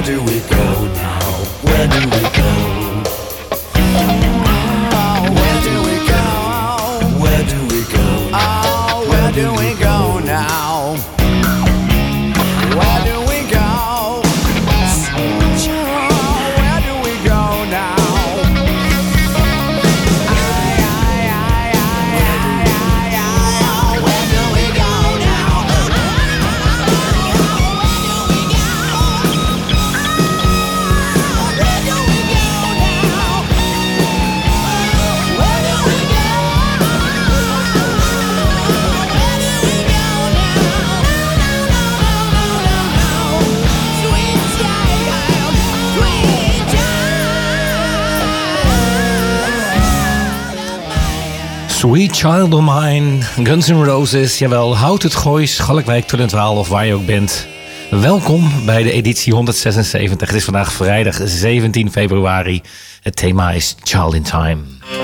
do we go now? Where do we go? Where do we go? Where do we go? Oh, where do we go now? Where do we go? Where do we go now? Sweet Child of Mine, Guns N' Roses, jawel, houd het Goois, Schalkwijk, Tullentwaal of waar je ook bent. Welkom bij de editie 176. Het is vandaag vrijdag 17 februari. Het thema is Child in Time.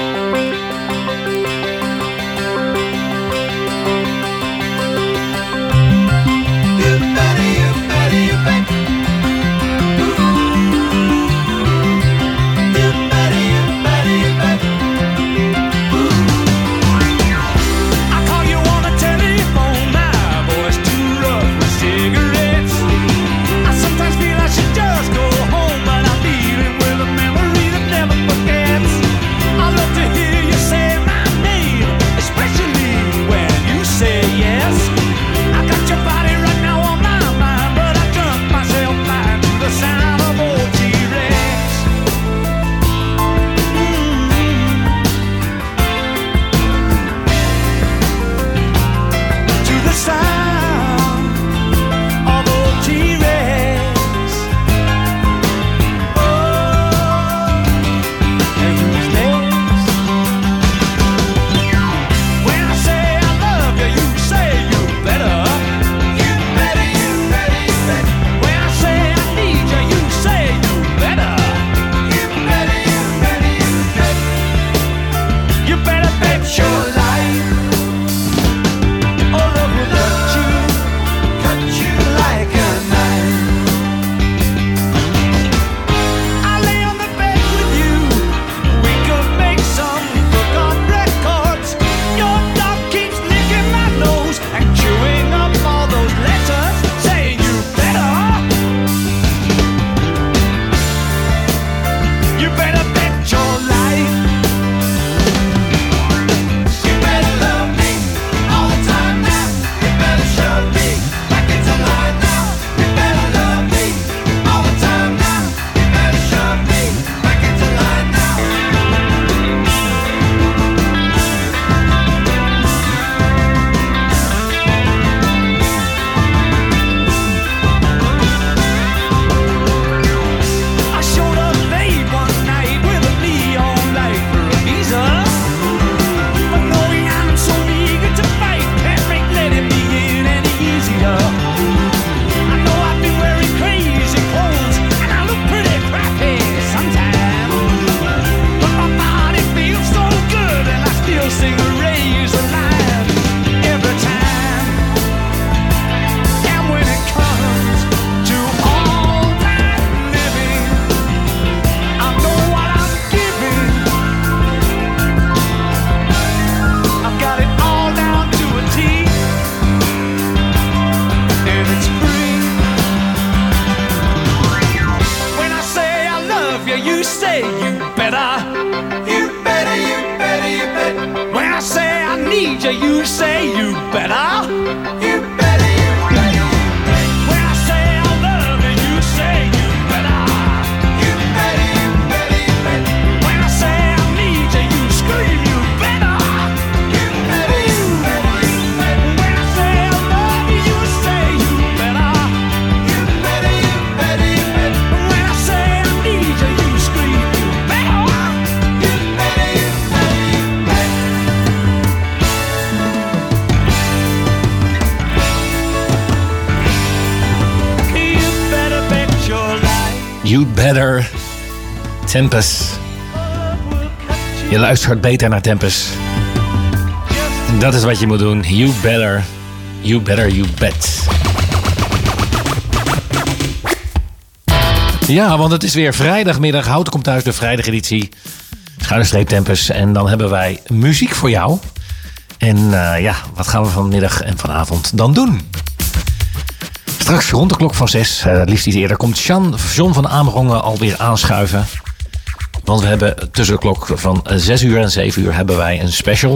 You'd Better, Tempest. Je luistert beter naar Tempest. Dat is wat je moet doen. You better, you bet. Ja, want het is weer vrijdagmiddag. Houten komt thuis, de vrijdageditie. Schuine streep Tempus. En dan hebben wij muziek voor jou. En wat gaan we vanmiddag en vanavond dan doen? Straks rond de klok van 6, liefst iets eerder, komt John van Amerongen alweer aanschuiven. Want we hebben tussen de klok van 6 uur en 7 uur hebben wij een special.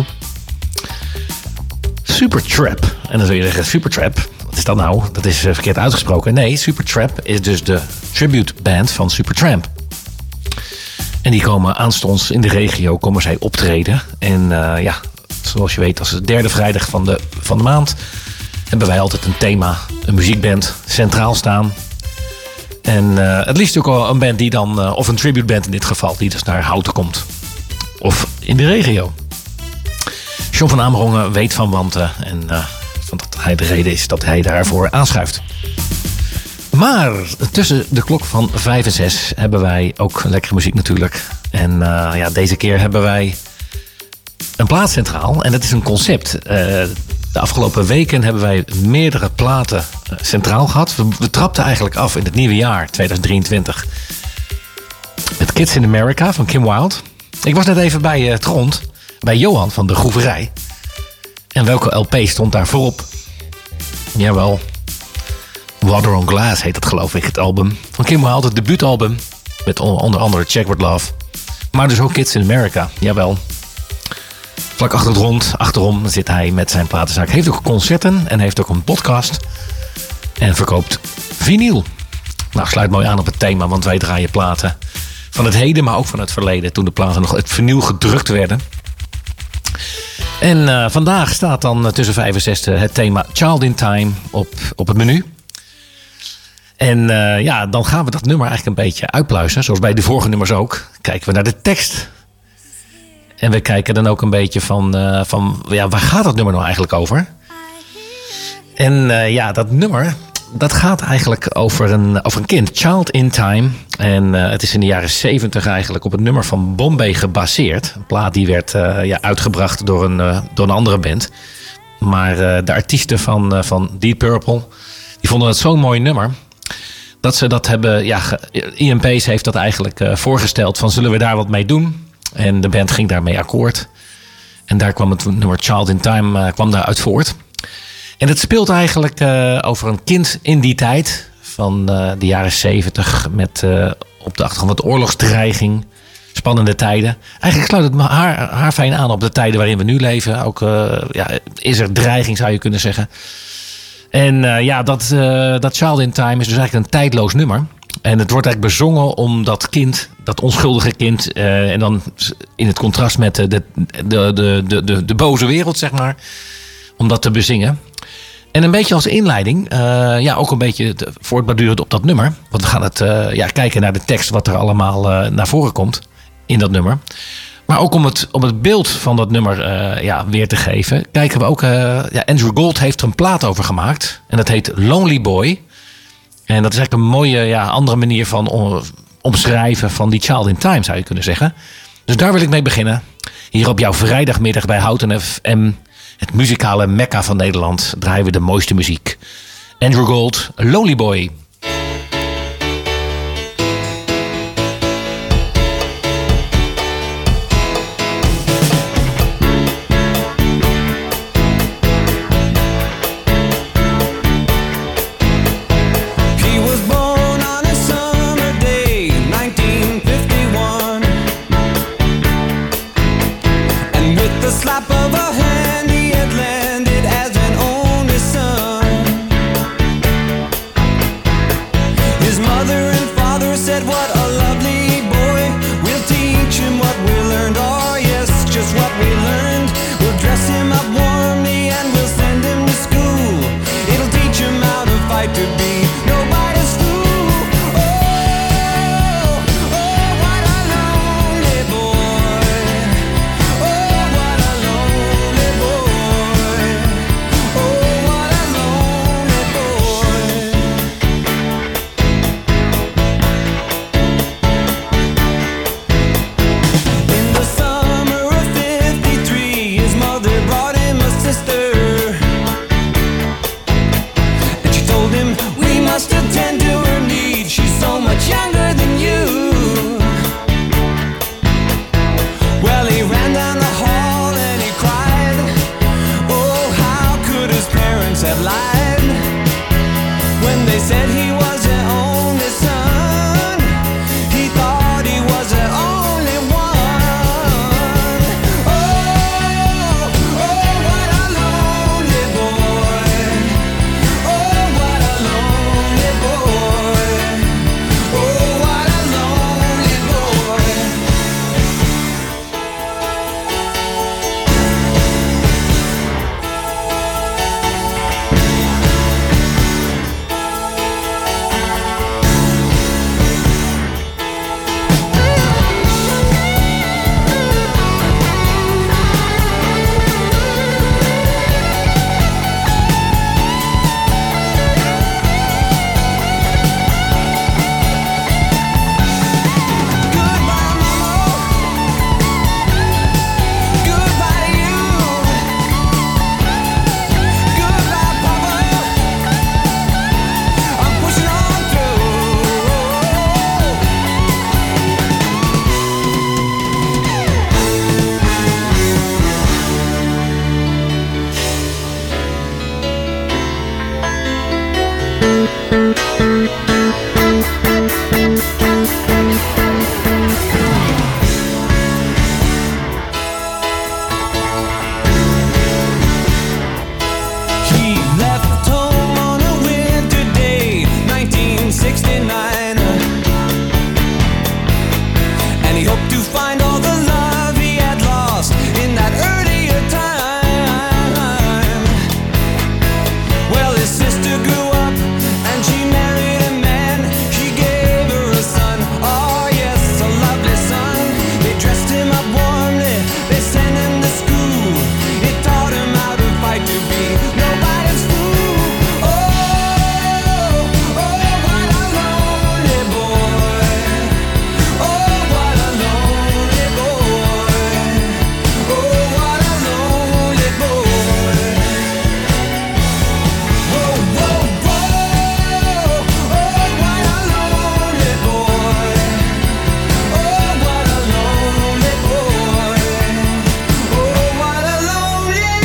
Supertramp. En dan zul je zeggen, Supertramp, wat is dat nou? Dat is verkeerd uitgesproken. Nee, Supertramp is dus de tribute band van Supertramp. En die komen aanstonds in de regio, komen zij optreden. En zoals je weet, als de derde vrijdag van de maand hebben wij altijd een thema, een muziekband centraal staan. En het liefst ook wel een band die dan, of een tributeband in dit geval, die dus naar Houten komt. Of in de regio. John van Amerongen weet van Wanten en van dat hij de reden is dat hij daarvoor aanschuift. Maar tussen de klok van 5 en 6 hebben wij ook lekkere muziek natuurlijk. En deze keer hebben wij een plaat centraal en dat is een concept. De afgelopen weken hebben wij meerdere platen centraal gehad. We trapten eigenlijk af in het nieuwe jaar 2023. Met Kids in America van Kim Wilde. Ik was net even bij het rond, bij Johan van de Groeverij. En welke LP stond daar voorop? Jawel, Water on Glass heet het geloof ik, het album. Van Kim Wilde, het debuutalbum. Met onder andere Check With Love. Maar dus ook Kids in America, jawel. Vlak achterom zit hij met zijn platenzaak. Heeft ook concerten en heeft ook een podcast. En verkoopt vinyl. Nou, sluit mooi aan op het thema, want wij draaien platen van het heden, maar ook van het verleden. Toen de platen nog het vinyl gedrukt werden. En vandaag staat dan tussen 5 en 6 het thema Child in Time op het menu. En dan gaan we dat nummer eigenlijk een beetje uitpluizen. Zoals bij de vorige nummers ook. Kijken we naar de tekst. En we kijken dan ook een beetje van waar gaat dat nummer nou eigenlijk over? En dat nummer, dat gaat eigenlijk over een kind, Child in Time. En het is in de jaren 70 eigenlijk op het nummer van Bombay gebaseerd. Een plaat die werd uitgebracht door een andere band. Maar de artiesten van Deep Purple, die vonden het zo'n mooi nummer dat ze dat hebben, Ian Pace heeft dat eigenlijk voorgesteld van zullen we daar wat mee doen? En de band ging daarmee akkoord. En daar kwam het nummer Child in Time kwam daaruit voort. En het speelt eigenlijk over een kind in die tijd van de jaren 70 met op de achtergrond wat oorlogsdreiging, spannende tijden. Eigenlijk sluit het haar fijn aan op de tijden waarin we nu leven. Ook is er dreiging, zou je kunnen zeggen. En dat Child in Time is dus eigenlijk een tijdloos nummer. En het wordt eigenlijk bezongen om dat kind, dat onschuldige kind, en dan in het contrast met de boze wereld, zeg maar, om dat te bezingen. En een beetje als inleiding, ook een beetje voortbordurend op dat nummer. Want we gaan het kijken naar de tekst, wat er allemaal naar voren komt in dat nummer. Maar ook om het beeld van dat nummer weer te geven, kijken we ook, Andrew Gold heeft er een plaat over gemaakt. En dat heet Lonely Boy. En dat is eigenlijk een mooie andere manier van omschrijven van die Child in Time, zou je kunnen zeggen. Dus daar wil ik mee beginnen. Hier op jouw vrijdagmiddag bij Houten FM, het muzikale mekka van Nederland, draaien we de mooiste muziek. Andrew Gold, Lonely Boy. parents have lied when they said he was their only son. He thought he was their only one. Oh, oh, what a lonely boy. Oh, what a lonely boy. Oh, what a lonely boy. Goodbye, Mama. Goodbye, you. Goodbye, Papa. I'm pushing on through. He left home on a winter day, 1969, and he hoped to find all the love he had lost in that earlier time. Well, his sister grew up and she married a man. He gave her a son, oh yes, a lovely son. They dressed him up warmly, they sent him to school. It taught him how to fight to be nobody's fool. Oh, oh, what a lonely boy. Oh, what a lonely boy. Oh, what a lonely boy. Whoa, whoa, whoa. Oh, what a lonely boy. Oh, what a lonely boy. Oh, what a lonely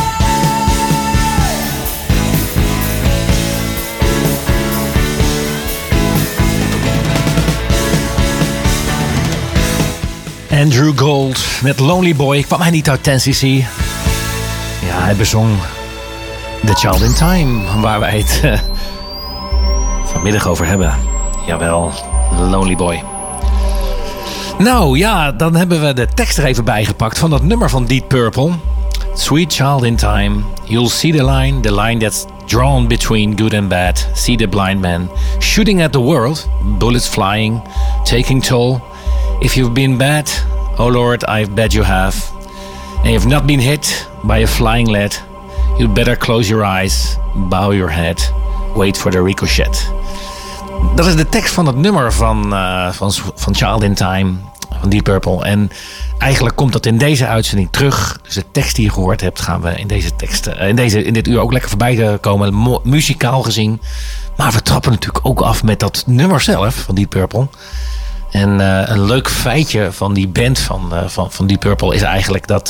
Andrew Gold met Lonely Boy. Kwam hij niet uit Tennessee? Ja, hij bezong The Child in Time, waar wij het vanmiddag over hebben. Jawel, Lonely Boy. Nou ja, dan hebben we de tekst er even bij gepakt van dat nummer van Deep Purple. Sweet Child in Time, you'll see the line that's drawn between good and bad. See the blind man shooting at the world, bullets flying, taking toll. If you've been bad, oh Lord, I bet you have. And you've not been hit by a flying lead, you'd better close your eyes, bow your head, wait for the ricochet. Dat is de tekst van het nummer van Child in Time, van Deep Purple. En eigenlijk komt dat in deze uitzending terug. Dus de tekst die je gehoord hebt, gaan we in deze tekst, in dit uur ook lekker voorbij komen, muzikaal gezien. Maar we trappen natuurlijk ook af met dat nummer zelf van Deep Purple. En een leuk feitje van die band van Deep Purple is eigenlijk dat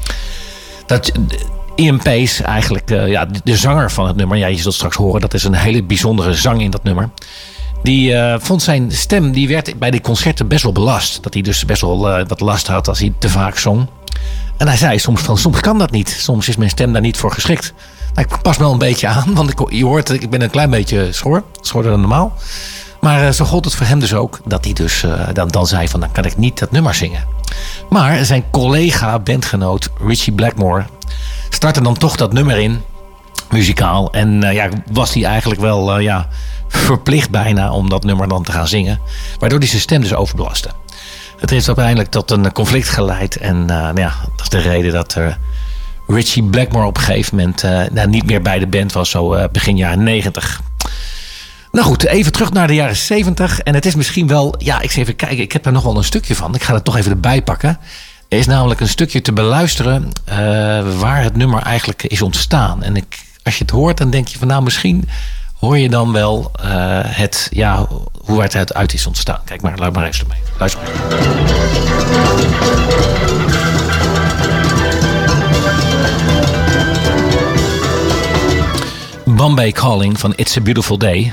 Ian Pace, eigenlijk de zanger van het nummer, ja, je zult straks horen, dat is een hele bijzondere zang in dat nummer. Die vond zijn stem, die werd bij die concerten best wel belast. Dat hij dus best wel wat last had als hij te vaak zong. En hij zei soms kan dat niet. Soms is mijn stem daar niet voor geschikt. Nou, ik pas me wel een beetje aan, want je hoort, ik ben een klein beetje schorder dan normaal. Maar zo gold het voor hem dus ook, dat hij dus dan zei van, dan kan ik niet dat nummer zingen. Maar zijn collega, bandgenoot Ritchie Blackmore startte dan toch dat nummer in, muzikaal. En was hij eigenlijk wel verplicht bijna om dat nummer dan te gaan zingen. Waardoor hij zijn stem dus overbelastte. Het heeft uiteindelijk tot een conflict geleid. En dat is de reden dat Ritchie Blackmore op een gegeven moment niet meer bij de band was. Zo begin jaren 90. Nou goed, even terug naar de jaren 70. En het is misschien wel, ik zal even kijken. Ik heb daar nog wel een stukje van. Ik ga het toch even erbij pakken. Er is namelijk een stukje te beluisteren waar het nummer eigenlijk is ontstaan. En als je het hoort, dan denk je van nou, misschien hoor je dan wel hoe het uit is ontstaan. Kijk maar, luister maar even mee. Luister maar. Bombay Calling van It's a Beautiful Day.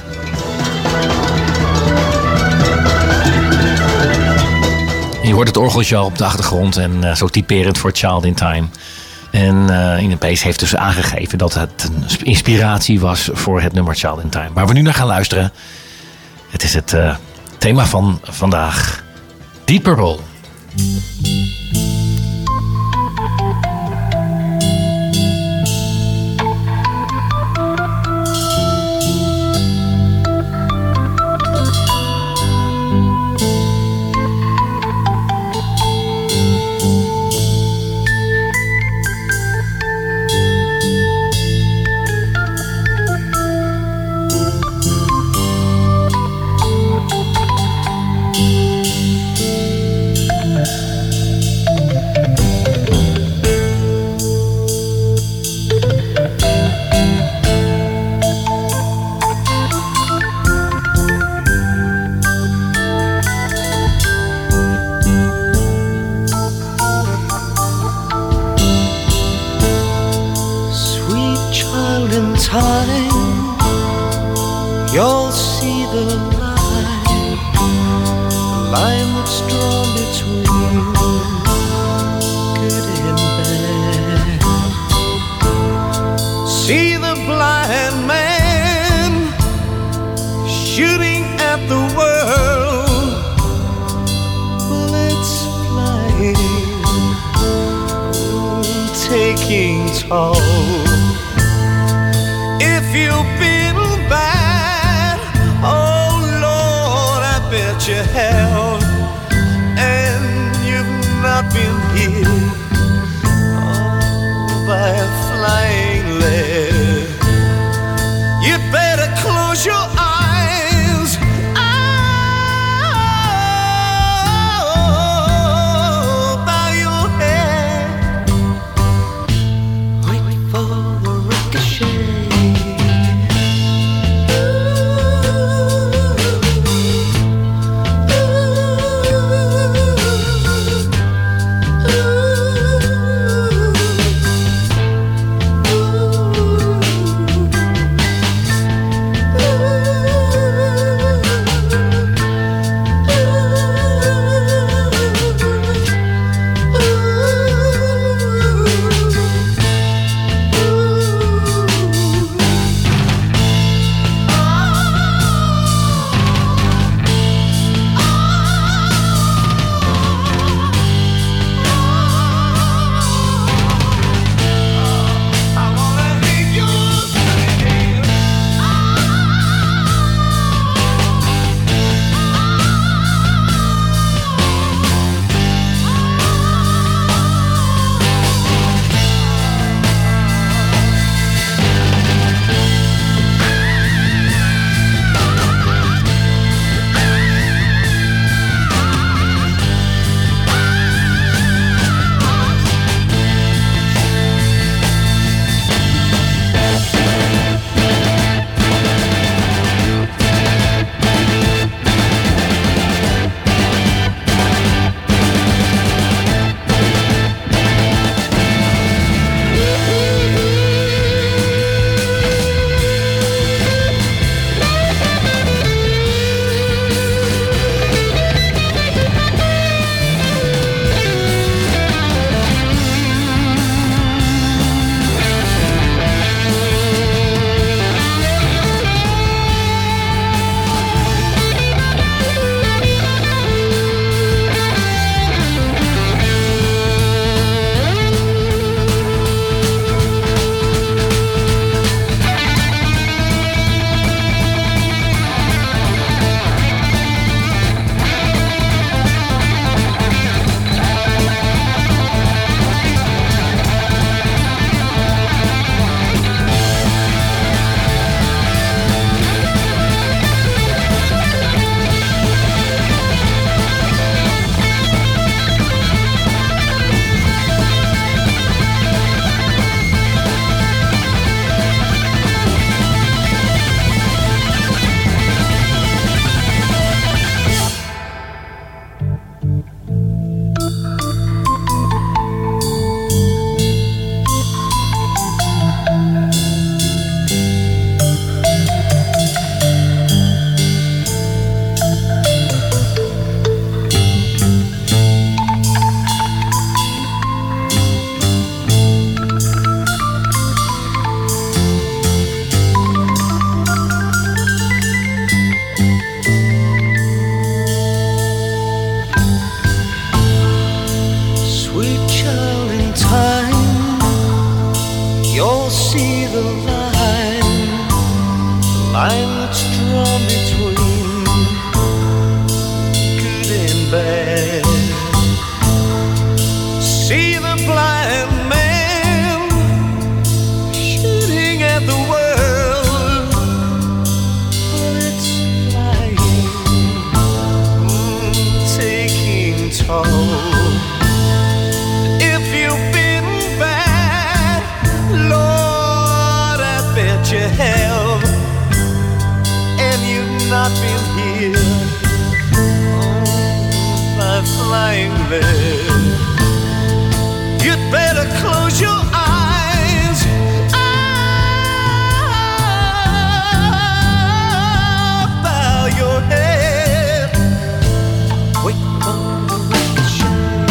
Je hoort het orgeltje al op de achtergrond en zo typerend voor Child in Time. En in de Pace heeft dus aangegeven dat het een inspiratie was voor het nummer Child in Time. Waar we nu naar gaan luisteren. Het is het thema van vandaag. Deep Purple. You'll see the line that's drawn between good and bad. See the blind man shooting at the world, bullets flying, taking toll. If you've been bad, oh Lord, I bet you have, and you've not been hit by a flying lead. You better close your eyes, bow your head, wait for line that's drawn between good and bad. See the blind man shooting at the world, but it's flying, taking toll. If you've been bad, Lord, I bet you have, and you've not been healed by flying lead. You'd better close your eyes. Bow your head. Wait for the light to shine.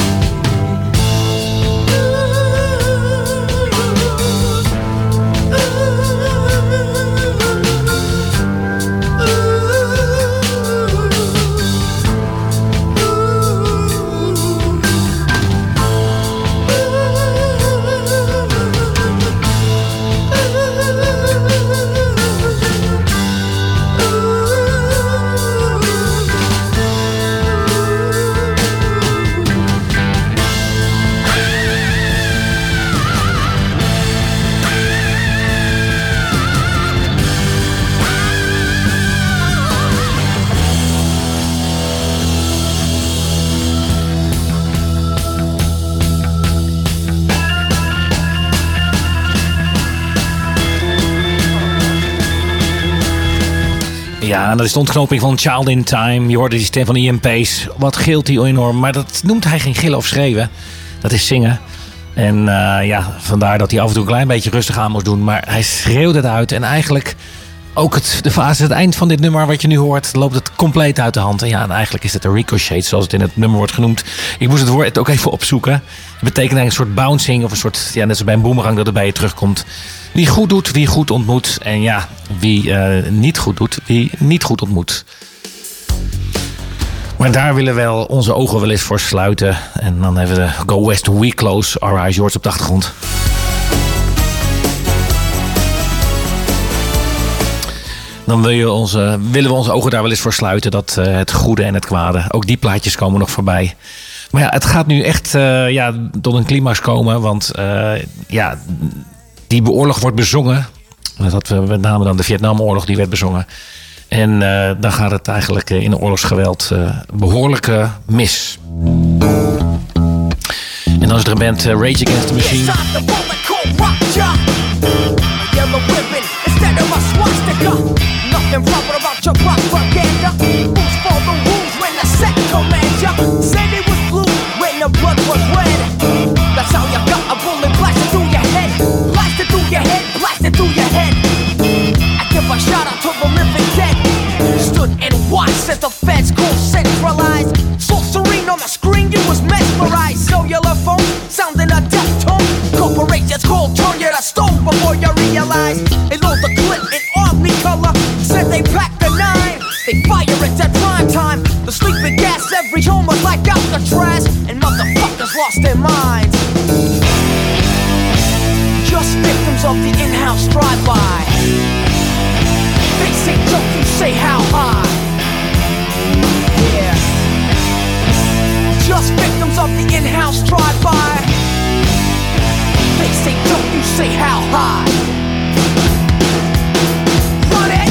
Ja, dat is de ontknoping van Child in Time. Je hoorde die stem van Ian Pace. Wat gilt hij enorm, maar dat noemt hij geen gillen of schreeuwen. Dat is zingen. En ja, vandaar dat hij af en toe een klein beetje rustig aan moest doen. Maar hij schreeuwde het uit. En eigenlijk ook de fase, het eind van dit nummer wat je nu hoort, loopt het compleet uit de hand. En ja, en eigenlijk is het een ricochet, zoals het in het nummer wordt genoemd. Ik moest het woord ook even opzoeken. Het betekent eigenlijk een soort bouncing of een soort, ja, net als bij een boemerang dat het bij je terugkomt. Wie goed doet, wie goed ontmoet. En ja, wie niet goed doet, wie niet goed ontmoet. Maar daar willen we wel onze ogen wel eens voor sluiten. En dan hebben we Go West, We Close Our Eyes. Je hoort op de achtergrond. Dan willen we onze ogen daar wel eens voor sluiten. Dat het goede en het kwade. Ook die plaatjes komen nog voorbij. Maar ja, het gaat nu echt tot een climax komen. Want die oorlog wordt bezongen. Dat met name dan de Vietnamoorlog, die werd bezongen. En dan gaat het eigenlijk in de oorlogsgeweld behoorlijk mis. En dan is er een band Rage Against the Machine. As the feds go centralized, so serene on the screen you was mesmerized. Cellular phone sounding a death tone. Corporations cold turn you to stone before you realize. They load the clip in army color. Said they packed the 9. They fire it at prime time. The sleeping gas every home was like Alcatraz, and motherfuckers lost their minds. Just victims of the in-house drive-by. They say don't you say how high. Yeah. Just victims of the in-house drive-by. They say don't you say how high. Run it.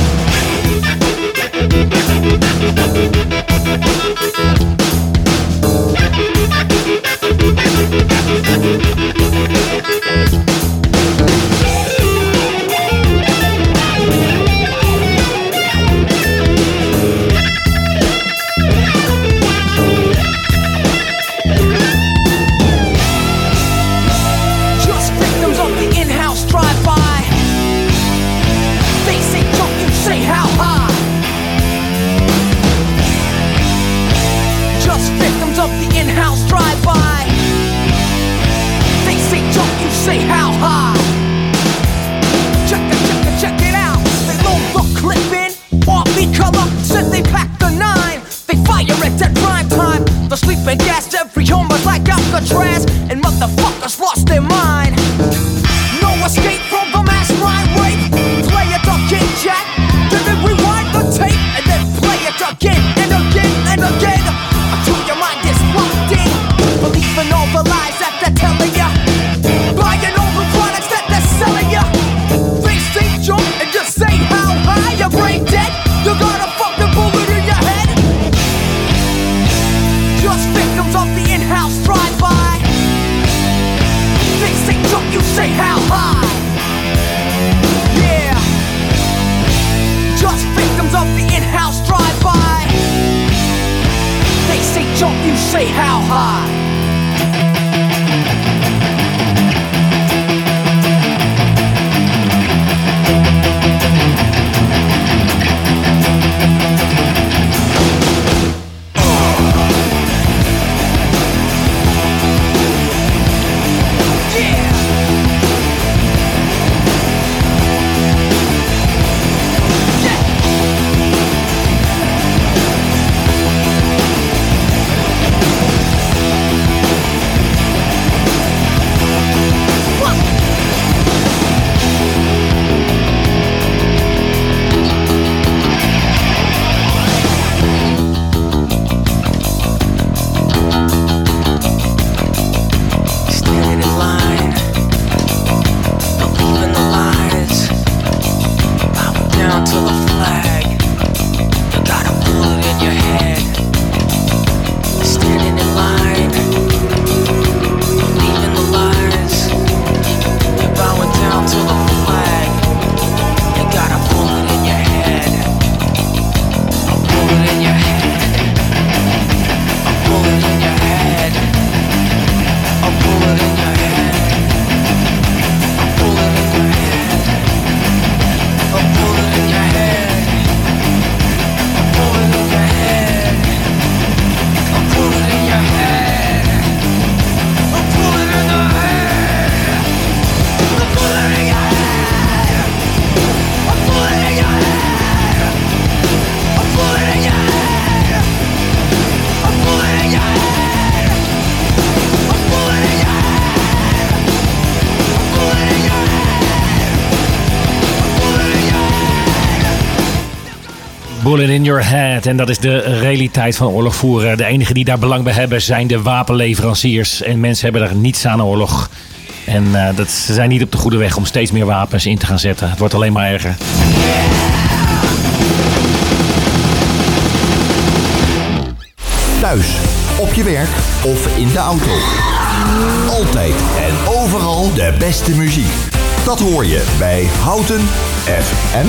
say how high? Bullet in your head. En dat is de realiteit van oorlog voeren. De enigen die daar belang bij hebben zijn de wapenleveranciers. En mensen hebben er niets aan oorlog. En ze zijn niet op de goede weg om steeds meer wapens in te gaan zetten. Het wordt alleen maar erger. Thuis, op je werk of in de auto. Altijd en overal de beste muziek. Dat hoor je bij Houten FM.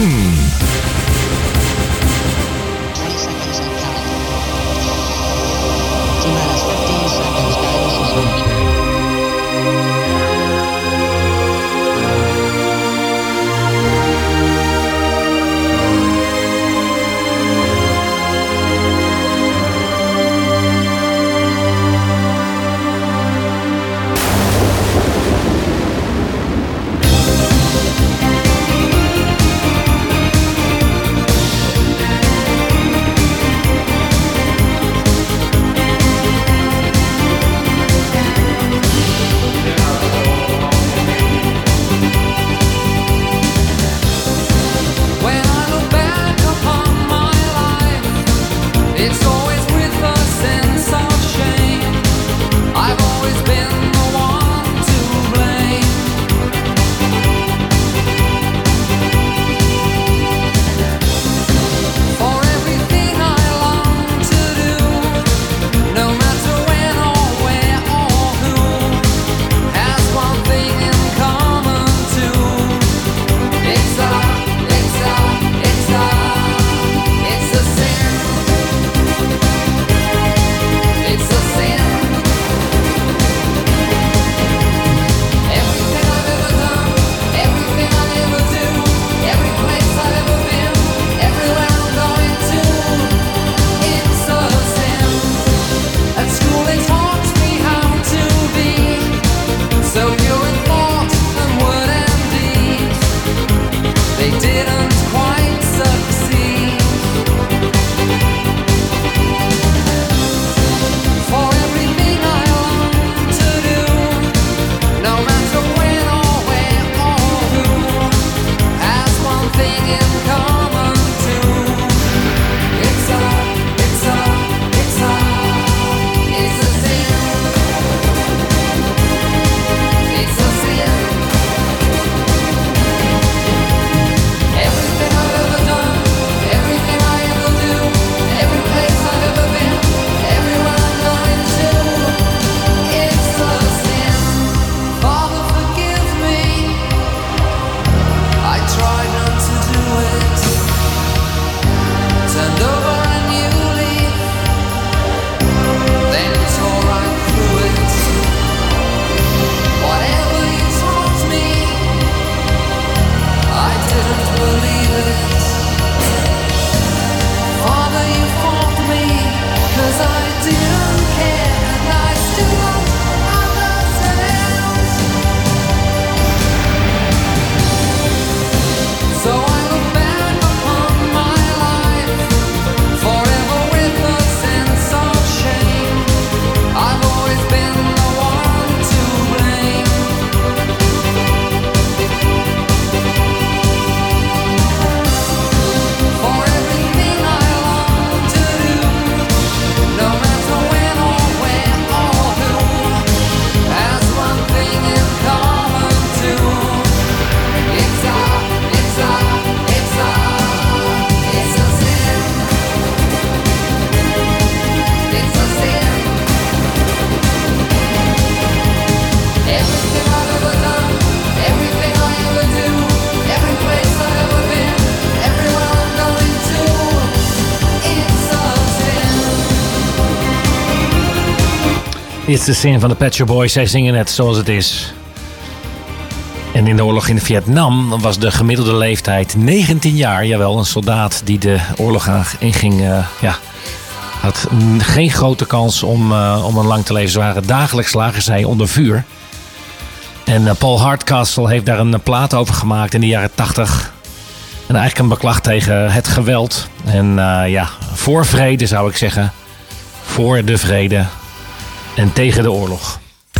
It's the Sin van de Pet Shop Boys. Zij zingen het zoals het is. En in de oorlog in Vietnam was de gemiddelde leeftijd 19 jaar. Jawel, een soldaat die de oorlog inging, had geen grote kans om lang te leven. Ze waren dagelijks lagen zij onder vuur. En Paul Hardcastle heeft daar een plaat over gemaakt in de jaren 80. En eigenlijk een beklag tegen het geweld. En voor vrede zou ik zeggen. Voor de vrede. En tegen de oorlog.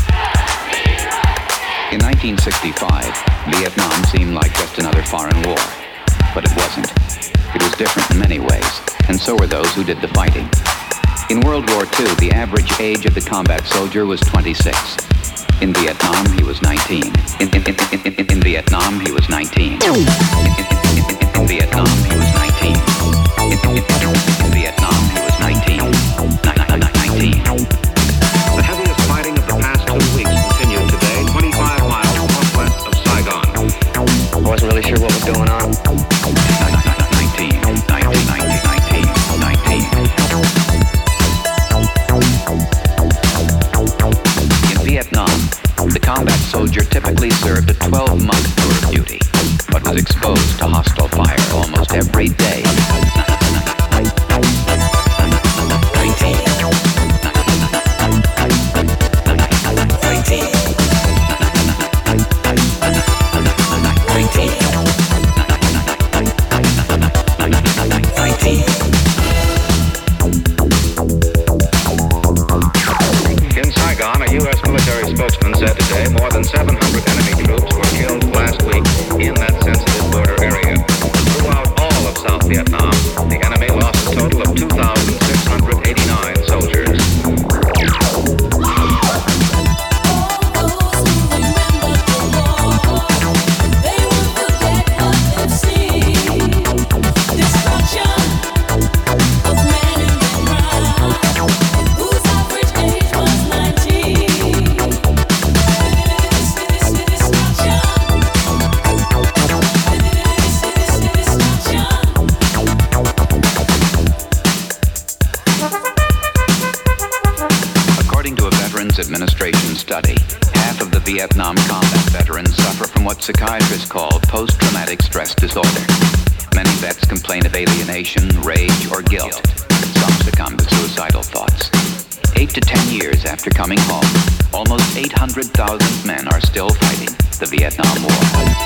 In 1965, Vietnam seemed like just another foreign war. But it wasn't. It was different in many ways, and so were those who did the fighting. In World War II, the average age of the combat soldier was 26. In Vietnam, he was 19. In Vietnam, he was 19. In Vietnam, he was 19. In Vietnam, he was 19. 19. The heaviest fighting of the past 2 weeks continued today, 25 miles northwest of Saigon. I wasn't really sure what was going on. 19. In Vietnam, the combat soldier typically served a 12-month tour of duty, but was exposed to hostile fire almost every day. 19. In Saigon, a U.S. military spokesman said today more than 700 enemy troops were killed last week in that sensitive border area. Throughout all of South Vietnam, the enemy lost a total of 2,689 soldiers. Administration study, half of the Vietnam combat veterans suffer from what psychiatrists call post-traumatic stress disorder. Many vets complain of alienation, rage, or guilt. Some succumb to suicidal thoughts. 8 to 10 years after coming home, almost 800,000 men are still fighting the Vietnam War.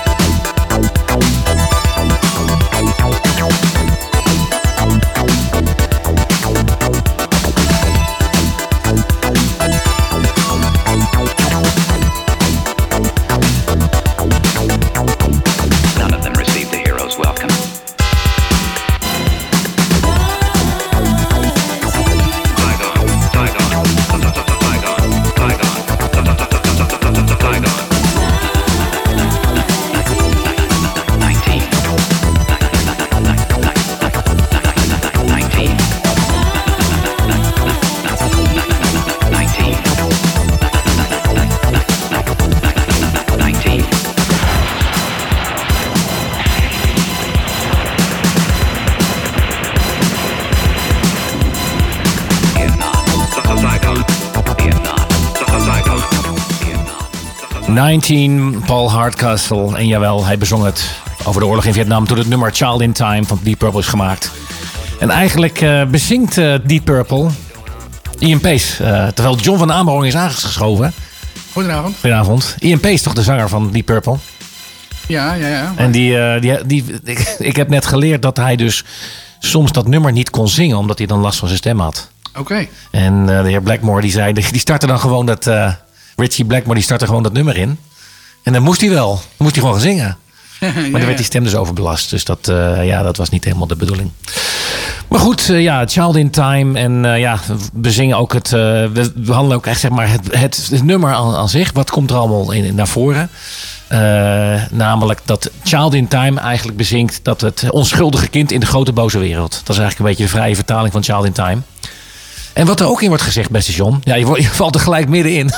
Paul Hardcastle. En jawel, hij bezong het over de oorlog in Vietnam toen het nummer Child in Time van Deep Purple is gemaakt. En eigenlijk bezingt Deep Purple Ian Pace. Terwijl John van Amerongen is aangeschoven. Goedenavond. Goedenavond. Ian Pace, toch de zanger van Deep Purple? Ja. En ik heb net geleerd dat hij dus soms dat nummer niet kon zingen, omdat hij dan last van zijn stem had. Oké. En de heer Blackmore die zei, die startte dan gewoon dat... Richie Blackmore die startte gewoon dat nummer in. En dan moest hij wel. Dan moest hij gewoon gaan zingen. Maar dan werd die stem dus overbelast. Dus dat was niet helemaal de bedoeling. Maar goed, Child in Time. En we zingen ook het... we handelen ook echt zeg maar het nummer aan zich. Wat komt er allemaal naar voren? Namelijk dat Child in Time eigenlijk bezingt dat het onschuldige kind in de grote boze wereld. Dat is eigenlijk een beetje de vrije vertaling van Child in Time. En wat er ook in wordt gezegd, beste John. Ja, je valt er gelijk middenin.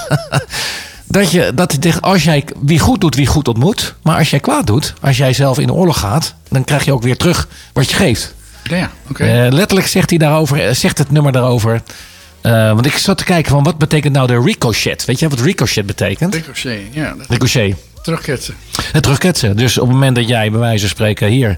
Als jij wie goed doet, wie goed ontmoet. Maar als jij kwaad doet, als jij zelf in de oorlog gaat, dan krijg je ook weer terug wat je geeft. Ja, oké. Letterlijk zegt het nummer daarover Want ik zat te kijken van wat betekent nou de ricochet? Weet jij wat ricochet betekent? Ricochet, ja. Ricochet. Terugketsen. Het terugketsen. Dus op het moment dat jij bij wijze van spreken hier...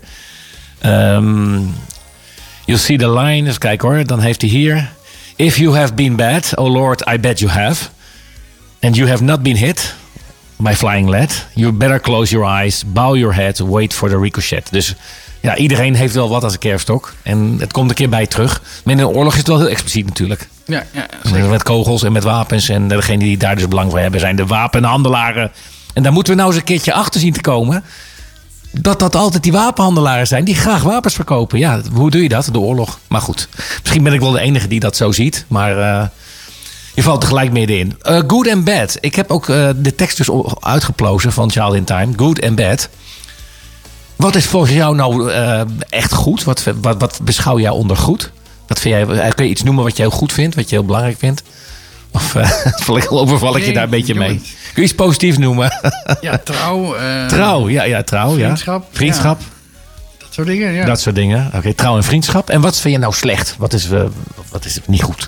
you'll see the line. Even kijken hoor. Dan heeft hij hier... If you have been bad, oh Lord, I bet you have. And you have not been hit... My flying lad. You better close your eyes, bow your head, wait for the ricochet. Dus ja, iedereen heeft wel wat als een kerfstok. En het komt een keer bij je terug. Maar in een oorlog is het wel heel expliciet natuurlijk. Ja, zeker. Met kogels en met wapens. En degenen die daar dus belang voor hebben zijn de wapenhandelaren. En daar moeten we nou eens een keertje achter zien te komen. Dat altijd die wapenhandelaren zijn die graag wapens verkopen. Ja, hoe doe je dat? De oorlog. Maar goed, misschien ben ik wel de enige die dat zo ziet. Maar... je valt tegelijk middenin. Good and Bad. Ik heb ook de tekst dus uitgeplozen van Child in Time. Good and Bad. Wat is volgens jou nou echt goed? Wat beschouw jij onder goed? Wat vind jij, kun je iets noemen wat je heel goed vindt? Wat je heel belangrijk vindt? Of overval ik je daar een beetje mee? Kun je iets positiefs noemen? Ja, trouw. Trouw, ja, trouw. Vriendschap. Ja. Vriendschap. Ja. Dat soort dingen, ja. Dat soort dingen. Oké, trouw en vriendschap. En wat vind je nou slecht? Wat is niet goed?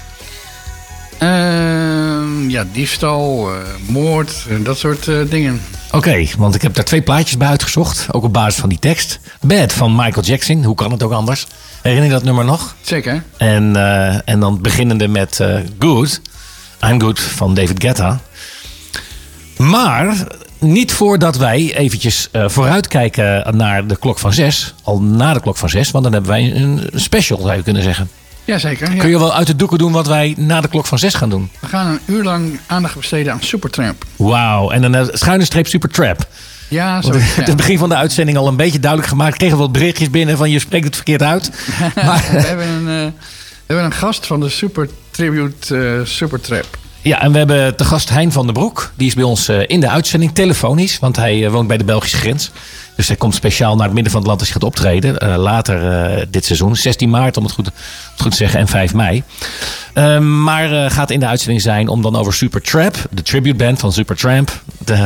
Ja, diefstal, moord, dat soort dingen. Oké, want ik heb daar 2 plaatjes bij uitgezocht. Ook op basis van die tekst. Bad van Michael Jackson. Hoe kan het ook anders? Herinner je dat nummer nog? Zeker. En dan beginnende met Good. I'm Good van David Guetta. Maar niet voordat wij eventjes vooruitkijken naar de klok van 6. Al na de klok van 6. Want dan hebben wij een special, zou je kunnen zeggen. Jazeker. Ja. Kun je wel uit de doeken doen wat wij na de klok van 6 gaan doen? We gaan een uur lang aandacht besteden aan Supertramp. Wauw, en een schuine streep Supertramp. Ja, zo. Het begin van de uitzending al een beetje duidelijk gemaakt. Ik kreeg wat berichtjes binnen van je spreekt het verkeerd uit. Maar we hebben een gast van de Super Tribute Supertramp. Ja, en we hebben te gast Hein van den Broek. Die is bij ons in de uitzending, telefonisch. Want hij woont bij de Belgische grens. Dus hij komt speciaal naar het midden van het land als hij gaat optreden. Later dit seizoen. 16 maart om het goed te zeggen. En 5 mei. Maar gaat in de uitzending zijn om dan over Supertramp. De tribute band van Supertramp.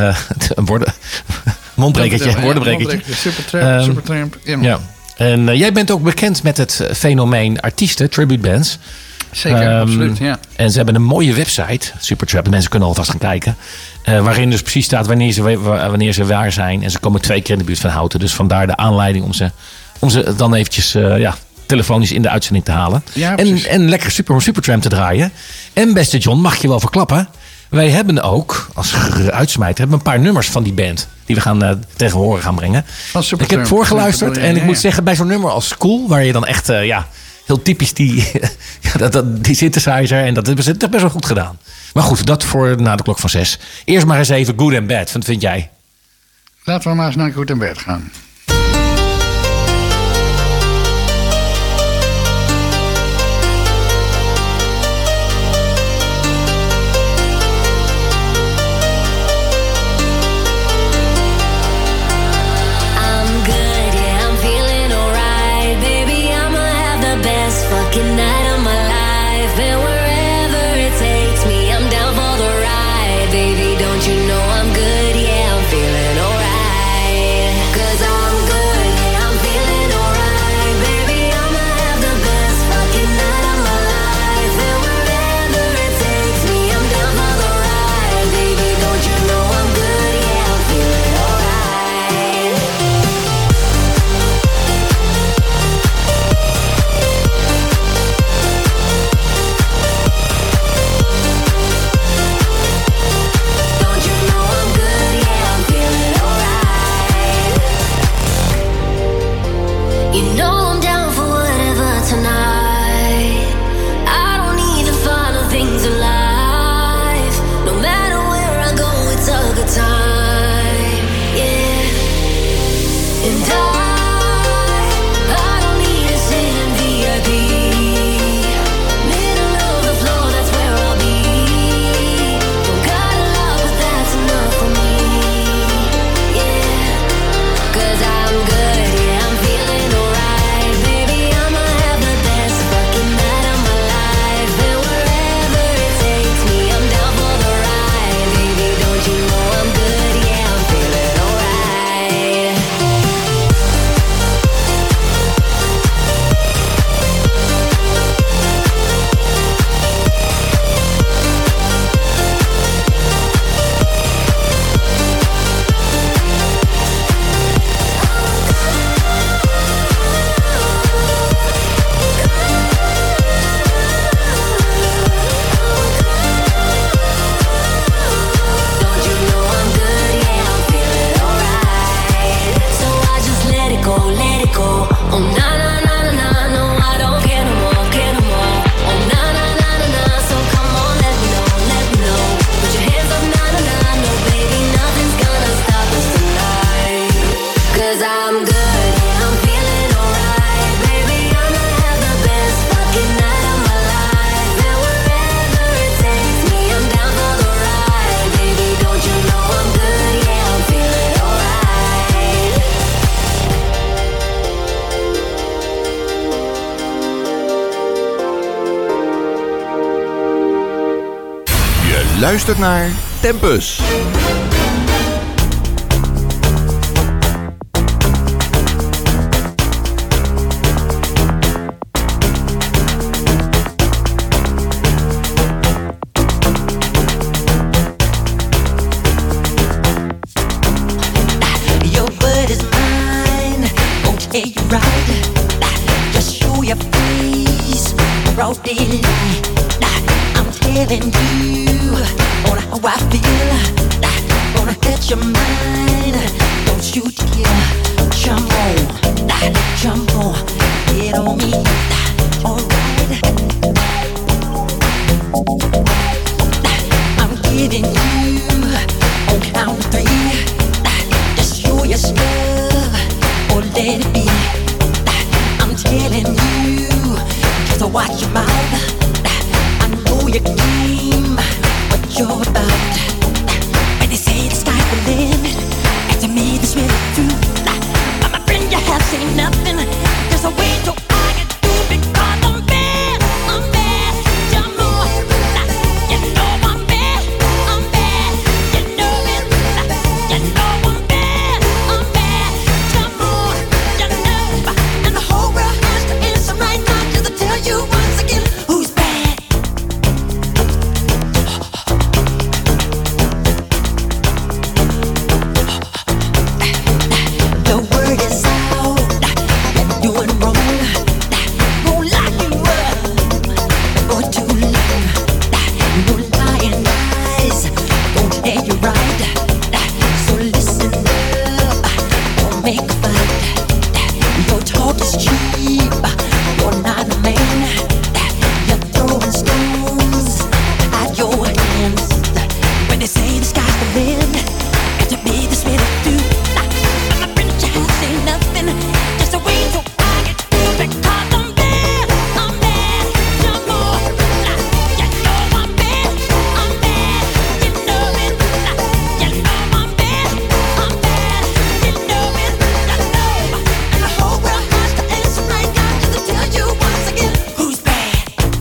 Woordenbrekertje. Supertramp. Ja. En jij bent ook bekend met het fenomeen artiesten, tribute bands. Zeker, absoluut, ja. En ze hebben een mooie website, Supertramp. De mensen kunnen alvast gaan kijken. Waarin dus precies staat wanneer ze waar zijn. En ze komen 2 keer in de buurt van Houten. Dus vandaar de aanleiding om ze dan eventjes telefonisch in de uitzending te halen. Ja, en lekker Supertramp te draaien. En beste John, mag je wel verklappen. Wij hebben ook, als uitsmijter, een paar nummers van die band. Die we gaan tegen horen gaan brengen. Ik heb voorgeluisterd. En ik moet zeggen, bij zo'n nummer als Cool, waar je dan echt... heel typisch die synthesizer. En dat is best wel goed gedaan. Maar goed, dat voor na de klok van 6. Eerst maar eens even Good and Bad. Wat vind jij? Laten we maar eens naar Good and Bad gaan. more. Oh na na na na na, no I don't care no more, care no more. Oh na na na na na, so come on let me know, let me know. Put your hands up, na na na, no baby, nothing's gonna stop us tonight. 'Cause I'm good, I'm feeling alright, baby. I'ma have the best fucking night of my life, and wherever it takes me, I'm down for the ride, baby. Don't you know I'm good? Yeah, I'm feeling alright. Je luistert naar Tempus. Your word is mine, won't take you right. Just show your face, broad daylight. I'm telling you on how I feel. Gonna get your mind, don't you dare jump on, get on me, alright. I'm giving you on count of three. Just show your stuff or let it be. I'm telling you, just watch your mouth. I know your game, what you're about. When they say the sky's the limit, and to me this really true. My friend, you have seen nothing. There's a way to I can do because I'm bad, jump on. You know I'm bad, you know it. You know I'm bad, jump on. You know, and the whole world has to answer right now just to tell you once again who's bad. The word is out, you're doing wrong. Won't lock you up for too long. No lying eyes won't tell you right. So listen up, don't make a fight. Your talk is cheap, you're not a man. You're throwing stones at your hands. When they say the sky's the limit, and to me this really do. I'm a friend, you have seen nothing. Just a way to I get through because I'm bad, jump on. You know I'm bad, you know it. You know I'm bad, you know it. You know, and the whole world has to answer right now just to tell you once again who's bad.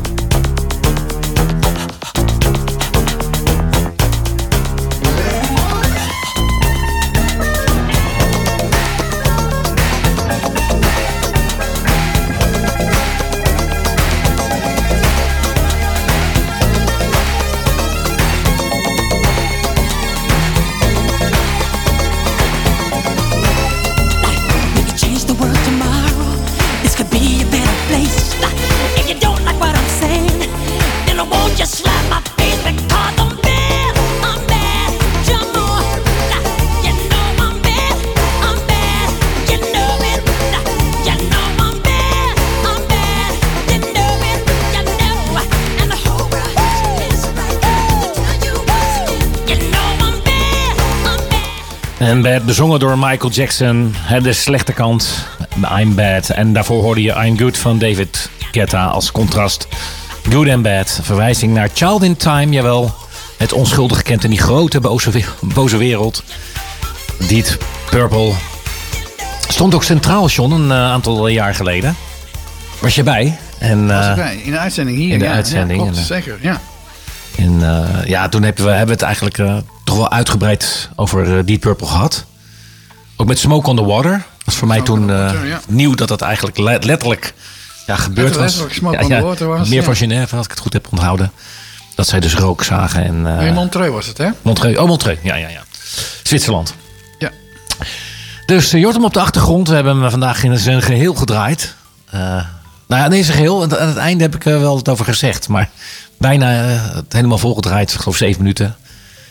We could change the world tomorrow. This could be a better place. If you don't like what I'm saying, then I won't just slap my face because I'm bad, jump on. You know I'm bad, you know it. You know I'm bad, you know it. You know, and the whole world is right now to tell you once again. You know I'm bad. En Bad, bezongen door Michael Jackson. De slechte kant, I'm Bad. En daarvoor hoorde je I'm Good van David Guetta als contrast. Good and Bad, verwijzing naar Child in Time. Jawel, het onschuldig gekend in die grote boze wereld. Deep Purple. Stond ook centraal, John, een aantal jaar geleden. Was je bij? En, Was erbij, in de uitzending hier. in de ja, uitzending. Ja, klopt, En, zeker, ja. En toen hebben we het eigenlijk toch wel uitgebreid over Deep Purple gehad. Ook met Smoke on the Water. Dat was voor mij Smoke toen on the Water, ja. nieuw dat dat eigenlijk letterlijk gebeurd was. Letterlijk Smoke on the Water was, meer ja. van Genève, als ik het goed heb onthouden. Dat zij dus rook zagen. En, In Montreux was het, hè? Montreux. Ja. Zwitserland. Ja. Dus je hoort hem op de achtergrond. We hebben hem vandaag in zijn geheel gedraaid. Nou ja, nee, zijn geheel. Aan het einde heb ik wel het over gezegd. Maar bijna het helemaal volgedraaid. Ik geloof 7 minuten.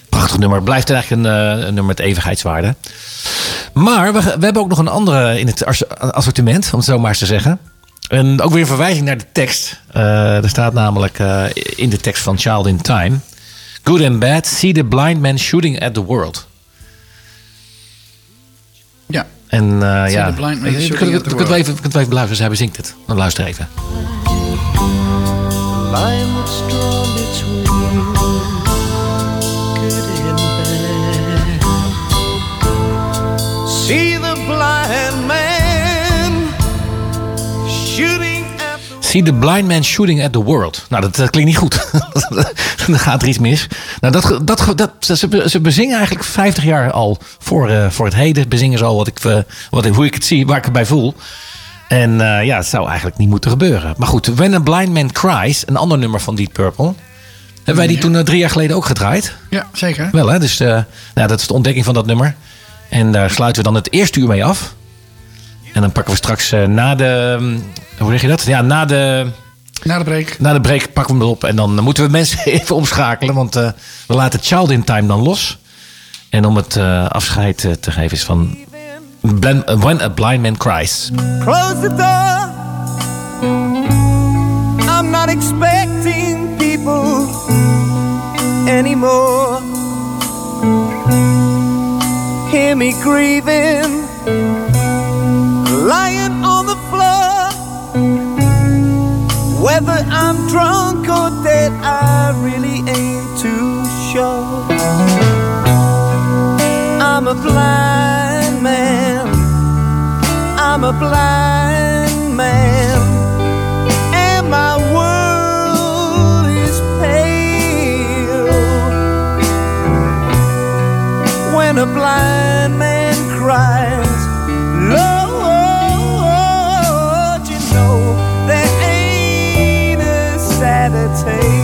Prachtig nummer. Blijft eigenlijk een nummer met eeuwigheidswaarde. Maar we hebben ook nog een andere in het assortiment, om het zo maar eens te zeggen. En ook weer een verwijzing naar de tekst. Er staat namelijk in de tekst van Child in Time: Good and bad, see the blind man shooting at the world. Ja. En the blind man shooting at the world. We kunnen even luisteren. Zij bezingt het. Dan luister even. line that's drawn between good and bad. See the blind man shooting at the See the blind man shooting at the world. Nou, dat klinkt niet goed. Dan gaat er iets mis. Nou, ze bezingen eigenlijk 50 jaar al voor het heden. Bezingen ze al hoe ik het zie, waar ik het bij voel. En het zou eigenlijk niet moeten gebeuren. Maar goed, When a Blind Man Cries, een ander nummer van Deep Purple. Hebben wij die toen 3 jaar geleden ook gedraaid? Ja, zeker. Wel hè, dus dat is de ontdekking van dat nummer. En daar sluiten we dan het eerste uur mee af. En dan pakken we straks na de... Hoe zeg je dat? Ja, na de break. Na de break pakken we hem erop. En dan moeten we mensen even omschakelen. Want we laten Child in Time dan los. En om het afscheid te geven is van... When a Blind Man Cries. close the door. I'm not expecting people anymore. Hear me grieving, lying on the floor. Whether I'm drunk or dead, I really ain't too sure. I'm a blind man. I'm a blind man, and my world is pale. When a blind man cries, Lord, you know there ain't a sadder tale.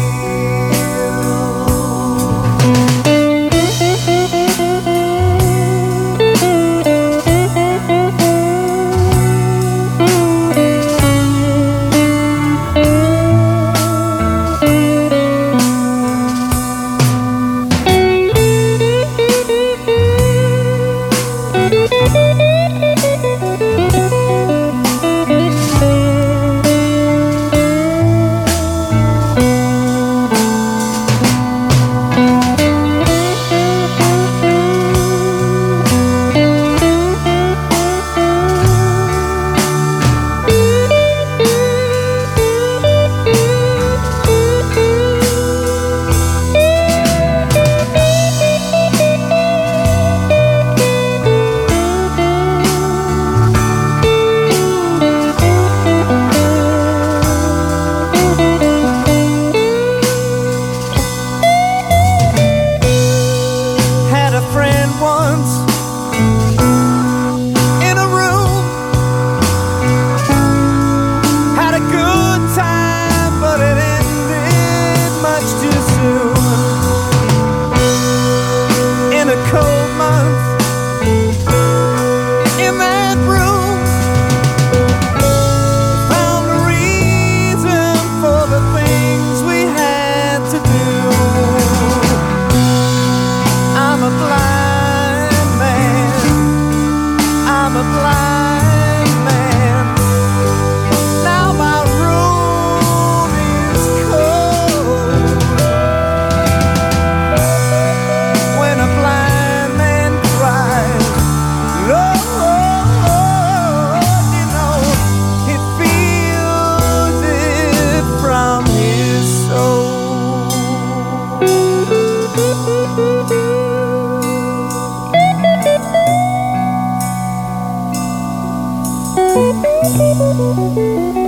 Thank you.